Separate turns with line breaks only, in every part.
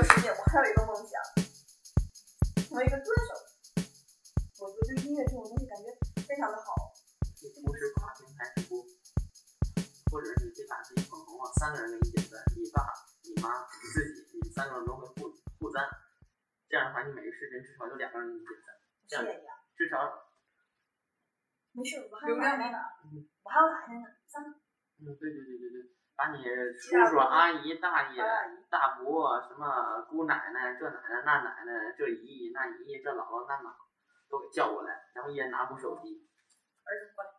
有实现，我还有一个梦想，成为一个歌手。我对音乐这种东西感觉非常的好。
同时跨平台直播，或者你可以把自己捧红了，3个人给你点赞，你爸、你妈、你自己，你们3个人都会互赞。这样的话，你每个视频至少有2个人给你点赞。
谢谢你啊。
至少。
没事，我还有奶奶呢。我还有奶奶呢，3个。
对，把你叔叔、阿姨、大爷、大伯、什么姑奶奶、这奶奶、那奶奶、这姨、那姨、这姥姥、那姥姥都给叫过来，然后一人拿部手机。
儿子过来。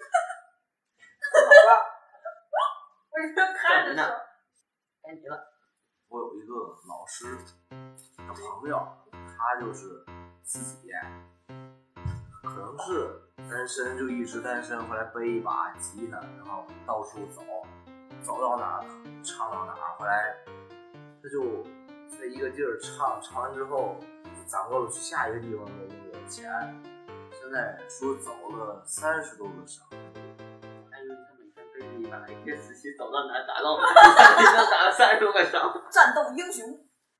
好了。我这看着说。
该你了。
我有一个老师的朋友，他就是自己可能是单身，就一直单身，后来背一把吉他，然后到处走到哪儿唱到哪儿，后来他就在一个地儿唱完之后攒够了去下一个地方的那个钱，现在说走了30多个省。
还以为他每天背着一把 AK47走到哪儿打到哪儿，已经打了30多个省。
战斗英雄。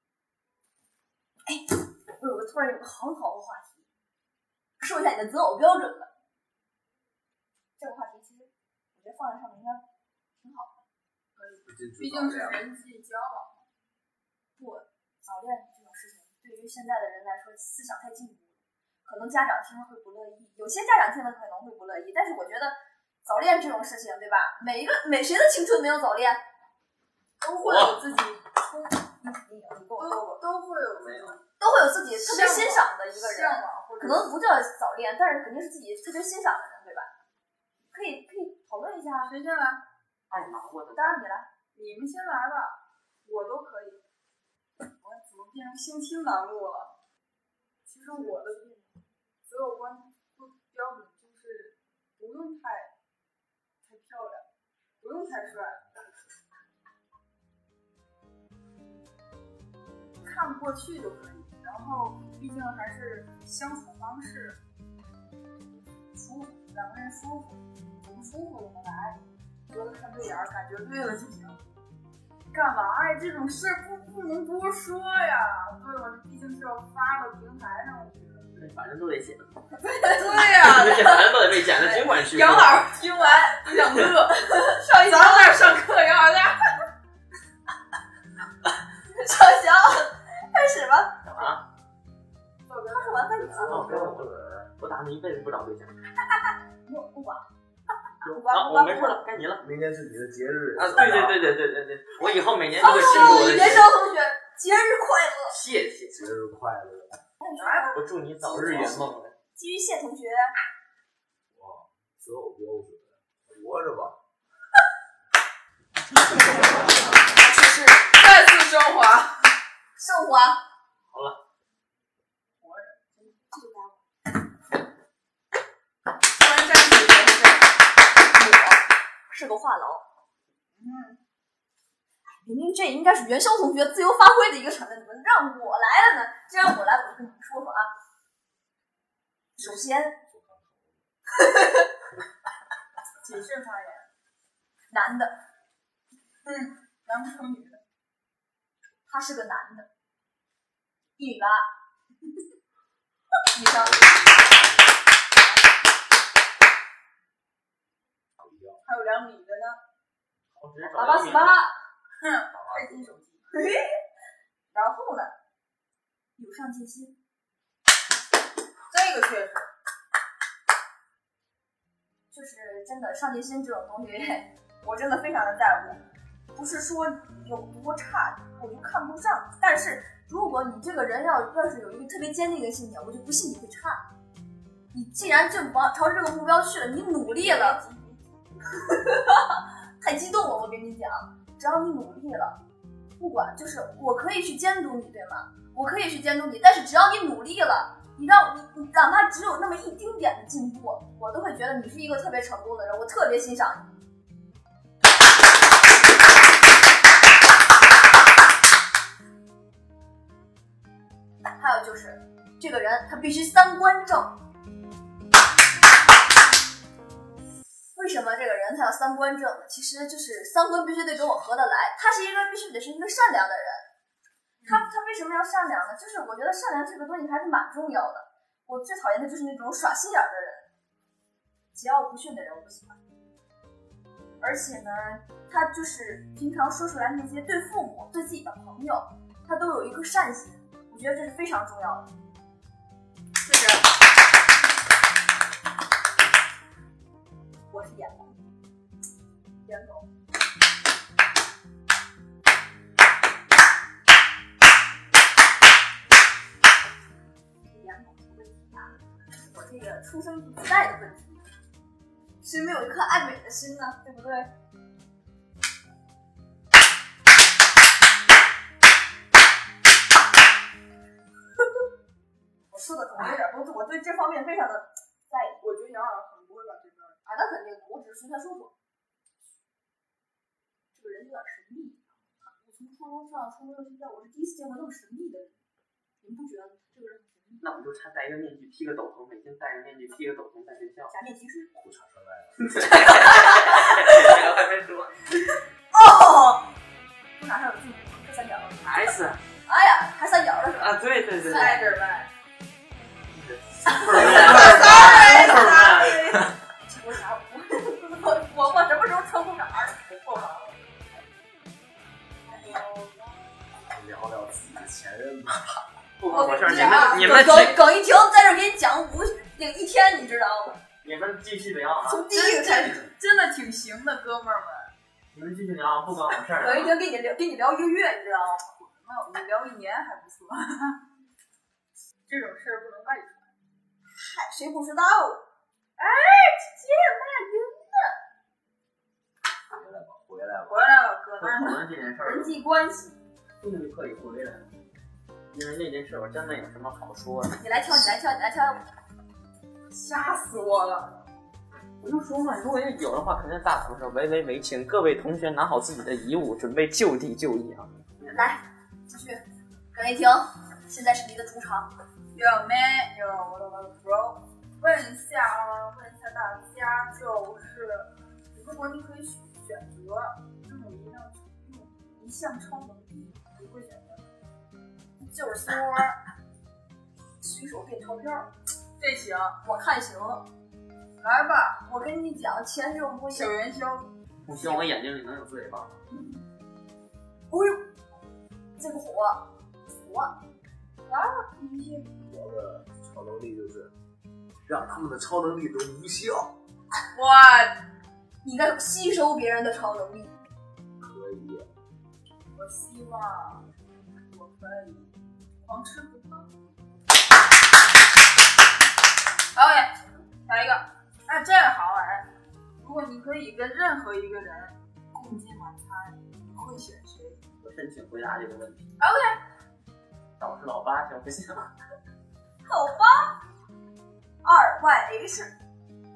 我突然有个很好的话题，说一下你的择偶标准吧。这个话题其实我觉得放在上面应该挺好的。
可以，毕竟是人际交往。
不，早恋这种事情对于现在的人来说思想太进步了，可能家长听了会不乐意，有些家长听了可能会不乐意，但是我觉得早恋这种事情，对吧？谁的青春没有早恋？
都会有自己
都会有
没有。
都会有自己特别欣赏的一个人，可能不叫早恋，但是肯定是自己特别欣赏的人，对吧？可以讨论一下。
谁先来？
爱忙活的。
当然你来。
你们先来吧，我都可以。我怎么变成相亲栏目了？其实我的择偶标准就是不用太漂亮，不用太帅，看不过去就可以。然后毕竟还是相处方式舒服，两个人舒服，怎么舒服怎么来，觉得看对眼儿，感觉对了就行。干嘛呀？这种事不能多说呀。对吧？毕竟是要发到平台上去的。
对，反正都得写。
对呀。
这反正都得被剪的，尽管是。
杨老师听完就想乐，咱们那儿上课，杨老师。
小翔，开始吧。
干嘛？
他说完该你
了。我打算一辈子不找对象。
不管。
我没事了，该你了。
明天是你的节日
啊！对，我以后每年都会庆祝我的。
元宵同学，节日快乐！
谢谢，
节日快乐！
我祝你早日圆梦。
基于谢同学。
哇，择偶标准，活着吧。
是
再次升华。
升华。
好了。
活着，
突然站起来。
是个话痨。明明这应该是元宵同学自由发挥的一个场面，怎么让我来了呢？既然我来，我就跟你们说说啊。首先，
谨慎发言。
男的。
男不成女的。
他是个男的，1.8米以上。
还有2米的呢。
8848。
钛金手机。
然后呢，有上进心。
这个确实。
就是真的上进心这种东西，我真的非常的在乎。不是说你有多差，我就看不上。但是如果你这个人要是有一个特别坚定的信念，我就不信你会差。你既然就朝着这个目标去了，你努力了。太激动了，我跟你讲，只要你努力了，不管就是我可以去监督你，对吗？我可以去监督你，但是只要你努力了，你让他只有那么一丁点的进步，我都会觉得你是一个特别成功的人，我特别欣赏你。还有就是这个人他必须3观正。为什么这个人他要3观正呢？其实就是3观必须得跟我合得来，他是必须得是一个善良的人， 他为什么要善良呢？就是我觉得善良这个东西还是蛮重要的。我最讨厌的就是那种耍心眼的人，桀骜不驯的人我不喜欢。而且呢，他就是平常说出来那些对父母、对自己的朋友，他都有一颗善心，我觉得这是非常重要的。
谢谢。
我是颜狗，颜狗。颜狗的问题啊，我这个出生不自带的问题。谁没有一颗爱美的心呢？对不对？我说的可能有点多，我对这方面非常的在意。
我觉得杨老师可能不会把这边
啊，那肯定，我只是随便说说。这个人有点神秘。我从初中上初中到现在，我是第一次见过这么神秘的人。你们不觉得这个人很神秘？
那我就差戴一个面具，披个斗篷，每天戴着面具，披个斗篷在学校。
假面骑士。
裤衩穿外了。
这个还没说。
哦，裤衩上有字母，这三角。
S。
哎呀，还三角的是吧？
啊，对对对。
塞这儿来。
我啥？我什么时候穿裤衩了？我忘了。
聊聊自己的前任吧。
不关我事儿，你们
耿一婷在这给你讲一天，你知道吗？
你们继续聊啊。
从第一个开始，
真的挺行的，哥们儿们。
你们继续聊啊，不关我事儿。
耿一婷跟你聊1个月，你知道吗？
那我们聊1年还不错。这种事儿不能外传。
嗨，谁不知道？哎，姐妈赢了！
回来吧，
哥，
讨论这件事儿。
人际关系。
终于可以回来了，因为那件事我真的有什么好说的。
你来挑。
吓死我了！
我就说嘛，如果有的话，肯定大同说为请各位同学拿好自己的遗物，准备就地就义啊！
来，继续。耿一婷，现在是你的主场。
有没有我的 bro？ 问一下大家，就是如果你可以选择拥有一项超能力，你会选择？
就是说，随手变钞票，
这行，
我看行。
来吧，
我跟你讲，钱就不
小元宵。
不希望我眼睛里能有嘴巴。
哎呦，这个火啊！
我的超能力就是让他们的超能力都无效。
哇，
你应该吸收别人的超能力。
可以。
我希望我可以狂吃不胖。OK， 下一个。哎，这个好哎！如果你可以跟任何一个人共进晚餐，你会选谁？
我申请回答这个问题。
OK。
导师老八行不行？
好吧。2YH。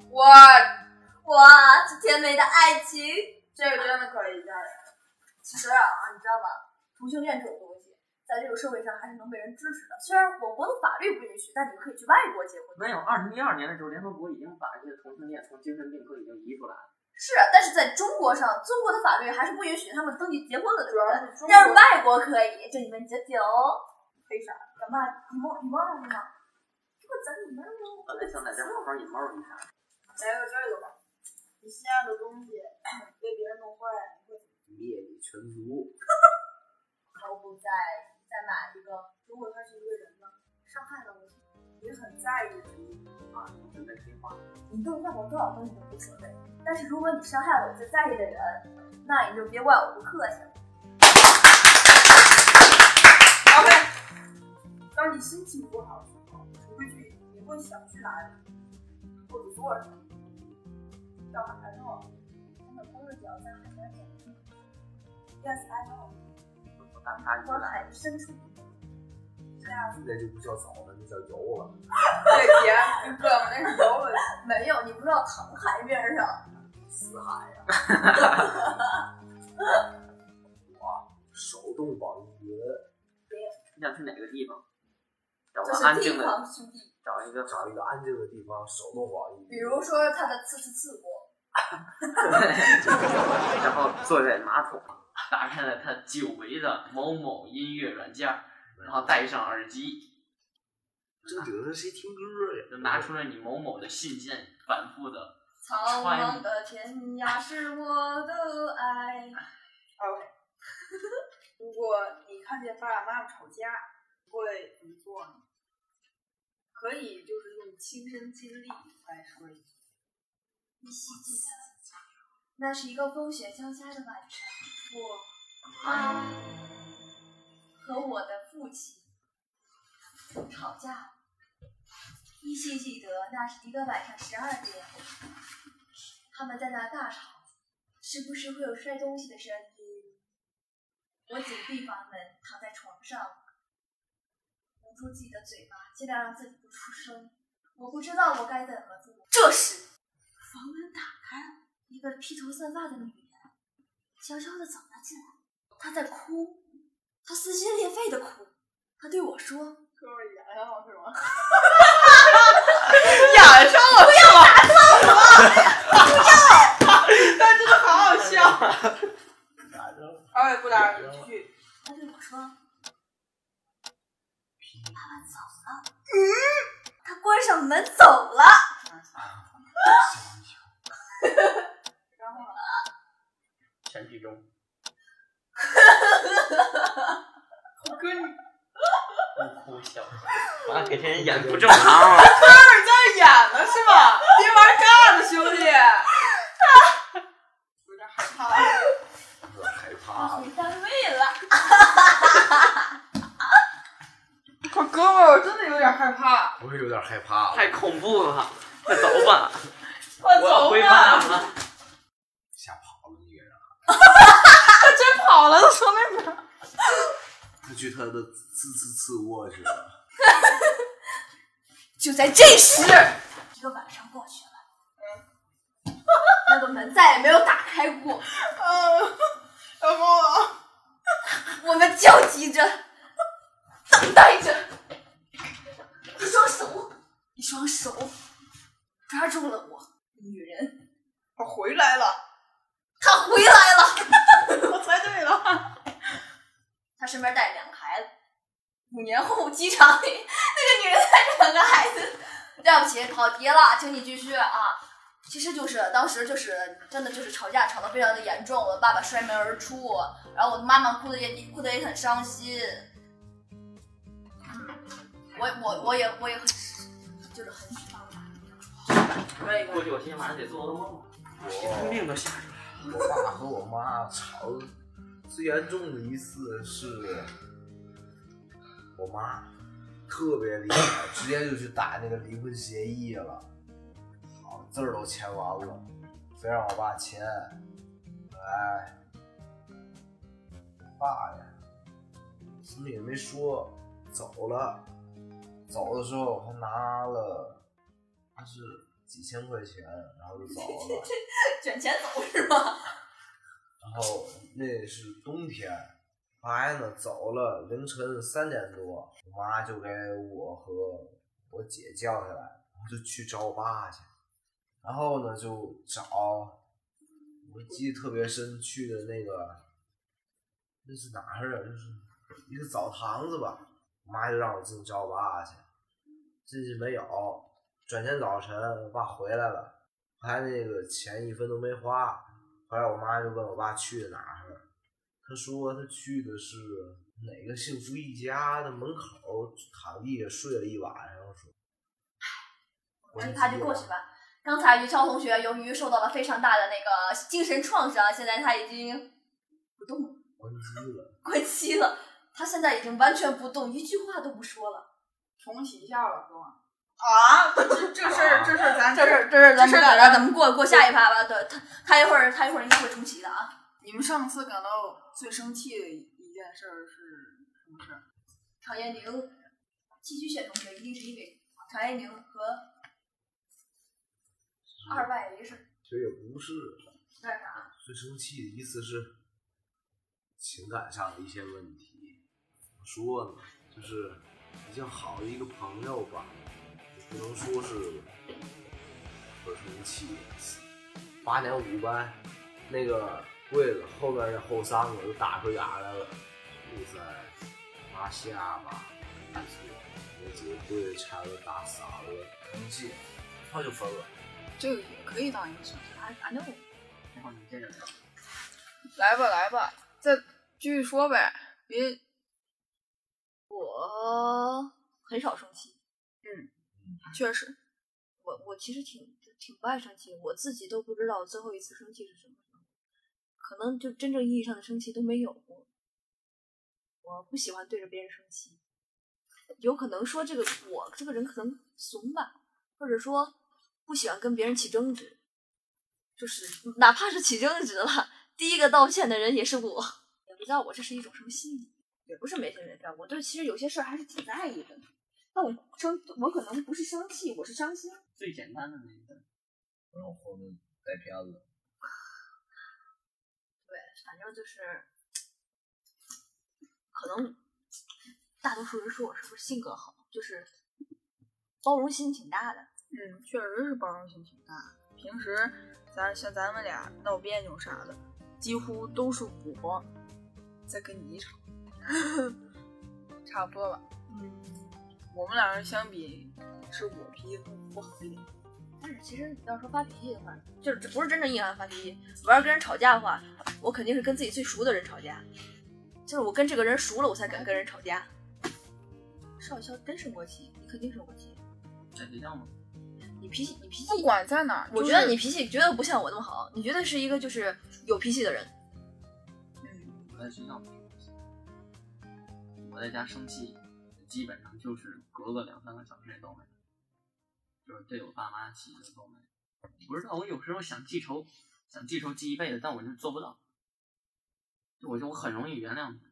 哇，
这甜美的爱情，
这个真的可以嫁人。
其实啊，你知道吗？同性恋这种东西，在这个社会上还是能被人支持的。虽然我国的法律不允许，但你可以去外国结婚。
没有，2012年的时候，联合国已经把这个同性恋从精神病科已经移出来了。
是，但是在中国上，中国的法律还是不允许他们登记结婚的，对
主
不对？
要是中国，
但是外国可以，这你们解解哦。
为啥？
干嘛？你忘了吗？这个咱你们
本来想在这好好引猫一下。
来个这个吧，你心爱的东西被别人弄坏了，你会
灭你全族。
毫不在意。再买一个，
如果他是一个人呢，伤害了我，也很在意的
啊，我正在听话。
你弄让我多少东西都无所谓，但是如果你伤害了我最在意的人，那你就别怪我不客气了。
OK， 当你心情不好的时候，你会想去哪里，或者做什么？干嘛还弄？
他们光着脚在海边走。Yes, I know。
我打他一
往
来。
海深处。
现在就不叫早了，那叫游了。
对，姐，哥们，那是游了。
没有，你不知道躺海边上。
死海呀！哇，手动网易云。
你想去哪个地方？找
就是
个安静的，
地方兄弟。
找一个安静的地方，手动网易云。
比如说他的刺过。
然后坐在马桶上。 打开了他久违的某某音乐软件，然后戴上耳机，
正经是谁听歌呀？
就拿出了你某某的信件，反复的
苍茫的天涯是我的爱。
OK， 如果你看见爸爸妈妈吵架，会怎么做呢？可以就是用亲身经历来说一下。
依稀记得，那是一个风雪交加的晚上，我妈和我的父亲吵架。依稀记得，那是一个晚上12点，他们在那大吵，时不时会有摔东西的声音。我紧闭房门，躺在床上，捂住自己的嘴巴，尽量让自己不出声。我不知道我该怎么做。这时，房门打开了，一个披头散发的女人悄悄地走了进来。她在哭，她撕心裂肺地哭。她对我说：“
哥们儿演上了是吗？
演上了，
不要打断我！不要！
但真的好好笑。
哎，不打，继续。
她对我说：‘爸爸走了。’她关上门走了。
然后呢？
全剧终。
哥，你
不哭笑，妈给这人演不正常了。
哥们儿在演呢是吧？别玩尬的，兄弟。有点害怕。
有点害怕。
回单位了。
我哥们儿，我真的有点害怕。
我也有点害怕。
太恐怖了，快走吧。
快
我要
走
回饭
吧。
了。
吓跑了那个人。
他真跑了，都从那边。
他去他的次卧去了。
就在这时，一个晚上过去了，那个门再也没有打开过。
然后呢？
我们焦急着，等待着，一双手抓住了我。女人，
我回来了。
她回来了。
我猜对了。
她身边带着2个孩子。5年后，机场里那个女人带着2个孩子。对不起，跑题了，请你继续啊。其实就是当时就是真的就是吵架吵得非常的严重，我的爸爸摔门而出，然后我的妈妈哭得也很伤心。我也很就是很沮丧吧。
估计我今天晚上得做噩梦，血喷病都吓出来了。
我爸和我妈吵的最严重的一次是，我妈特别厉害，直接就去打那个离婚协议了，好字儿都签完了，非让我爸签。哎，爸呀，什么也没说，走了。走的时候还拿了，还是几千块钱，然后就走了。
卷钱走是吗？
然后那是冬天，后来呢走了，凌晨3点多，我妈就给我和我姐叫下来，然后就去找我爸去。然后呢就找，我记得特别深，去的那是哪儿啊？就是一个澡堂子吧。我妈就让我进去找我爸去，进去没有，转天早晨我爸回来了，还那个钱1分都没花。后来我妈就问我爸去的哪儿，他说他去的是哪个幸福一家的门口，躺地下睡了一晚上。说，
很快就过去吧。刚才于超同学由于受到了非常大的那个精神创伤，现在他已经不动了，关机了。他现在已经完全不动，一句话都不说了。
重启一下吧，哥们儿。啊，这事儿咱
这事咱们咱们过下一趴吧。对他一会儿应该会重启的啊。
你们上次感到最生气的一件事儿是什么事儿？
常彦宁、寄居蟹同学一定是因为常彦宁和2外围事。
其实也不是。
那是啥？
最生气的一次是情感上的一些问题。怎么说呢？就是比较好的一个朋友吧，也不能说是特生气。8年5班，那个跪了，后面的后三个都打出牙来了，又在拉下巴，那几个跪的差点打傻了，生气，他就疯了。
这个也可以当一个生气。
I know。
然后你接着聊。
来吧，再继续说呗，别。
我很少生气。
确实。
我其实挺不爱生气，我自己都不知道最后一次生气是什么时候，可能就真正意义上的生气都没有过。我不喜欢对着别人生气，有可能说我这个人可能怂吧，或者说不喜欢跟别人起争执，就是哪怕是起争执了，第一个道歉的人也是我，也不知道我这是一种什么心理，也不是没心没肺，我对其实有些事儿还是挺在意的。但我可能不是生气，我是伤心。
最简单的那一个，
然后后面带片子。
对，反正就是可能大多数人说我是不是性格好，就是包容心挺大的。
确实是包容心挺大的。平时像咱们俩闹别扭啥的，几乎都是我在跟你吵，差不多吧。我们两人相比，是我脾气不好一点。
但是其实要说发脾气的话，就是不是真正意义上发脾气。我要跟人吵架的话，我肯定是跟自己最熟的人吵架，就是我跟这个人熟了，我才敢跟人吵架。少校真是默契，你肯定是默契。
在学校吗？
你脾气
不管在哪儿，
我觉得你脾气绝对不像我那么好，你绝对是一个就是有脾气的人。
我在学校没生气，我在家生气基本上就是隔个2-3个小时也都没，就是对我爸妈气的都没。不知道，我有时候想记仇记一辈子，但我就做不到。我很容易原谅你。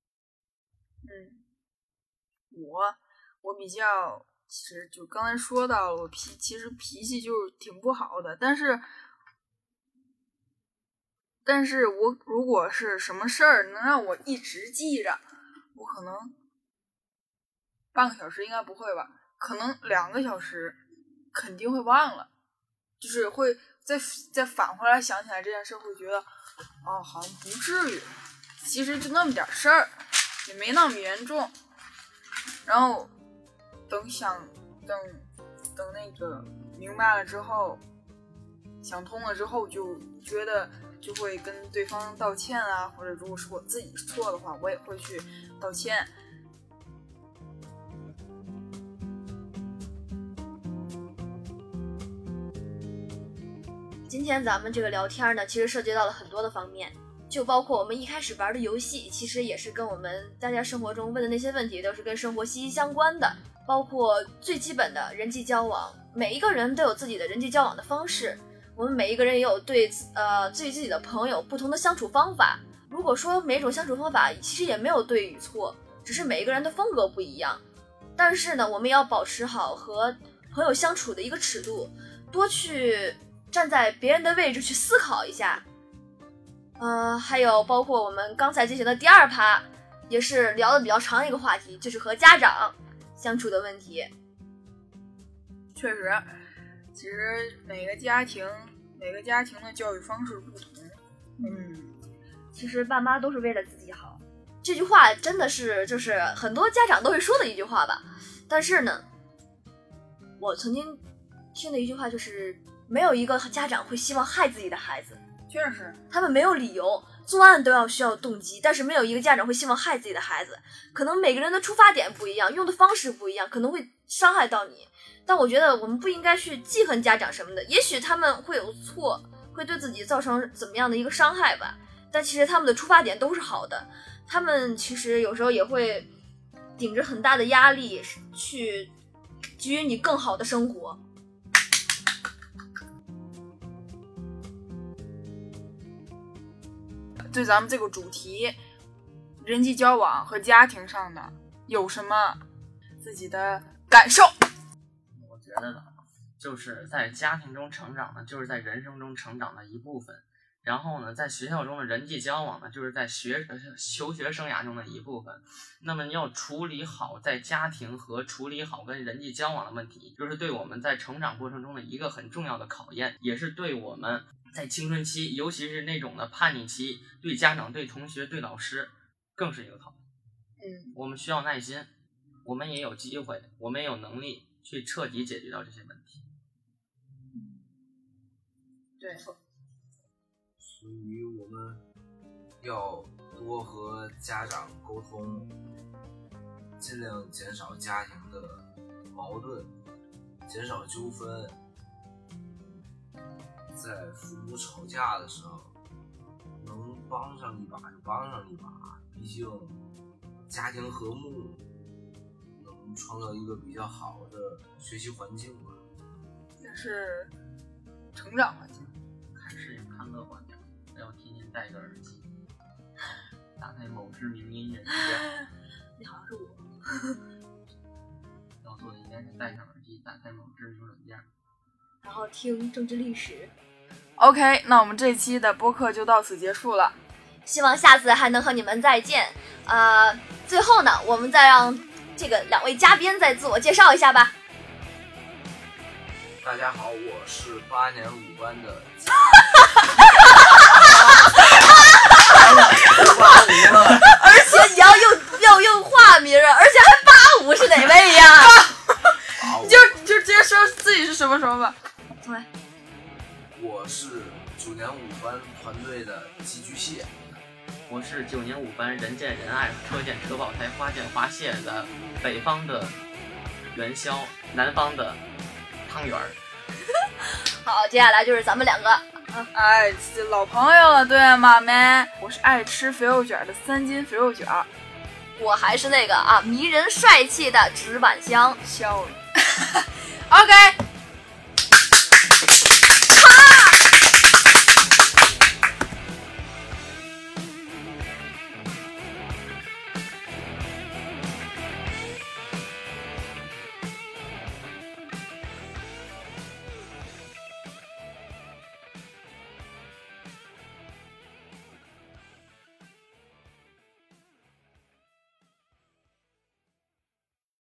我比较，其实就刚才说到了，其实脾气就是挺不好的，但是我如果是什么事儿能让我一直记着，我可能半个小时应该不会吧，可能2个小时肯定会忘了，就是会再返回来想起来这件事，会觉得好像不至于，其实就那么点事儿，也没那么严重。然后等那个明白了之后，想通了之后，就觉得就会跟对方道歉啊，或者如果是我自己错的话，我也会去道歉。
今天咱们这个聊天呢，其实涉及到了很多的方面，就包括我们一开始玩的游戏，其实也是跟我们大家生活中问的那些问题都是跟生活息息相关的，包括最基本的人际交往，每一个人都有自己的人际交往的方式，我们每一个人也有对自己的朋友不同的相处方法。如果说每种相处方法其实也没有对与错，只是每一个人的风格不一样，但是呢，我们也要保持好和朋友相处的一个尺度，多去站在别人的位置去思考一下。还有包括我们刚才进行的第2趴，也是聊的比较长一个话题，就是和家长相处的问题。
确实，其实每个家庭的教育方式不同。
其实爸妈都是为了自己好，这句话真的是就是很多家长都会说的一句话吧。但是呢，我曾经听的一句话就是，没有一个家长会希望害自己的孩子。
确实，
他们没有理由，作案都要需要动机，但是没有一个家长会希望害自己的孩子。可能每个人的出发点不一样，用的方式不一样，可能会伤害到你。但我觉得我们不应该去记恨家长什么的，也许他们会有错，会对自己造成怎么样的一个伤害吧，但其实他们的出发点都是好的。他们其实有时候也会顶着很大的压力去给予你更好的生活。
对咱们这个主题人际交往和家庭上的有什么自己的感受？
我觉得呢，就是在家庭中成长的，就是在人生中成长的一部分。 然后呢，在学校中的人际交往呢，就是在求学生涯中的一部分。那么你要处理好在家庭和处理好跟人际交往的问题，就是对我们在成长过程中的一个很重要的考验，也是对我们在青春期，尤其是那种的叛逆期，对家长、对同学、对老师，更是一个考验。我们需要耐心，我们也有机会，我们也有能力去彻底解决掉这些问题。
对。
所以我们要多和家长沟通，尽量减少家庭的矛盾，减少纠纷。在父母吵架的时候，能帮上一把就帮上一把，毕竟家庭和睦能创造一个比较好的学习环境吧。
也是成长环境。
看事情看乐观点，不要天天戴个耳机，打开某知名音乐软件。
你好像是我。
要做的应该是戴上耳机，打开某知名软件，
然后听政治历史。
OK， 那我们这期的播客就到此结束了，
希望下次还能和你们再见。最后呢，我们再让这个2位嘉宾再自我介绍一下吧。
大家好，我是8年5班的。
而且你要用化名，而且还85是哪位呀？
你就直接说自己是什么吧。
对，
我是9年5班团队的寄居蟹。
我是9年5班人见人爱车见车爆胎花见花谢的北方的元宵，南方的汤圆。
好，接下来就是咱们2个。
哎，老朋友了，对吗，妹？我是爱吃肥肉卷的3斤肥肉卷。
我还是那个迷人帅气的纸板香。
笑了。OK。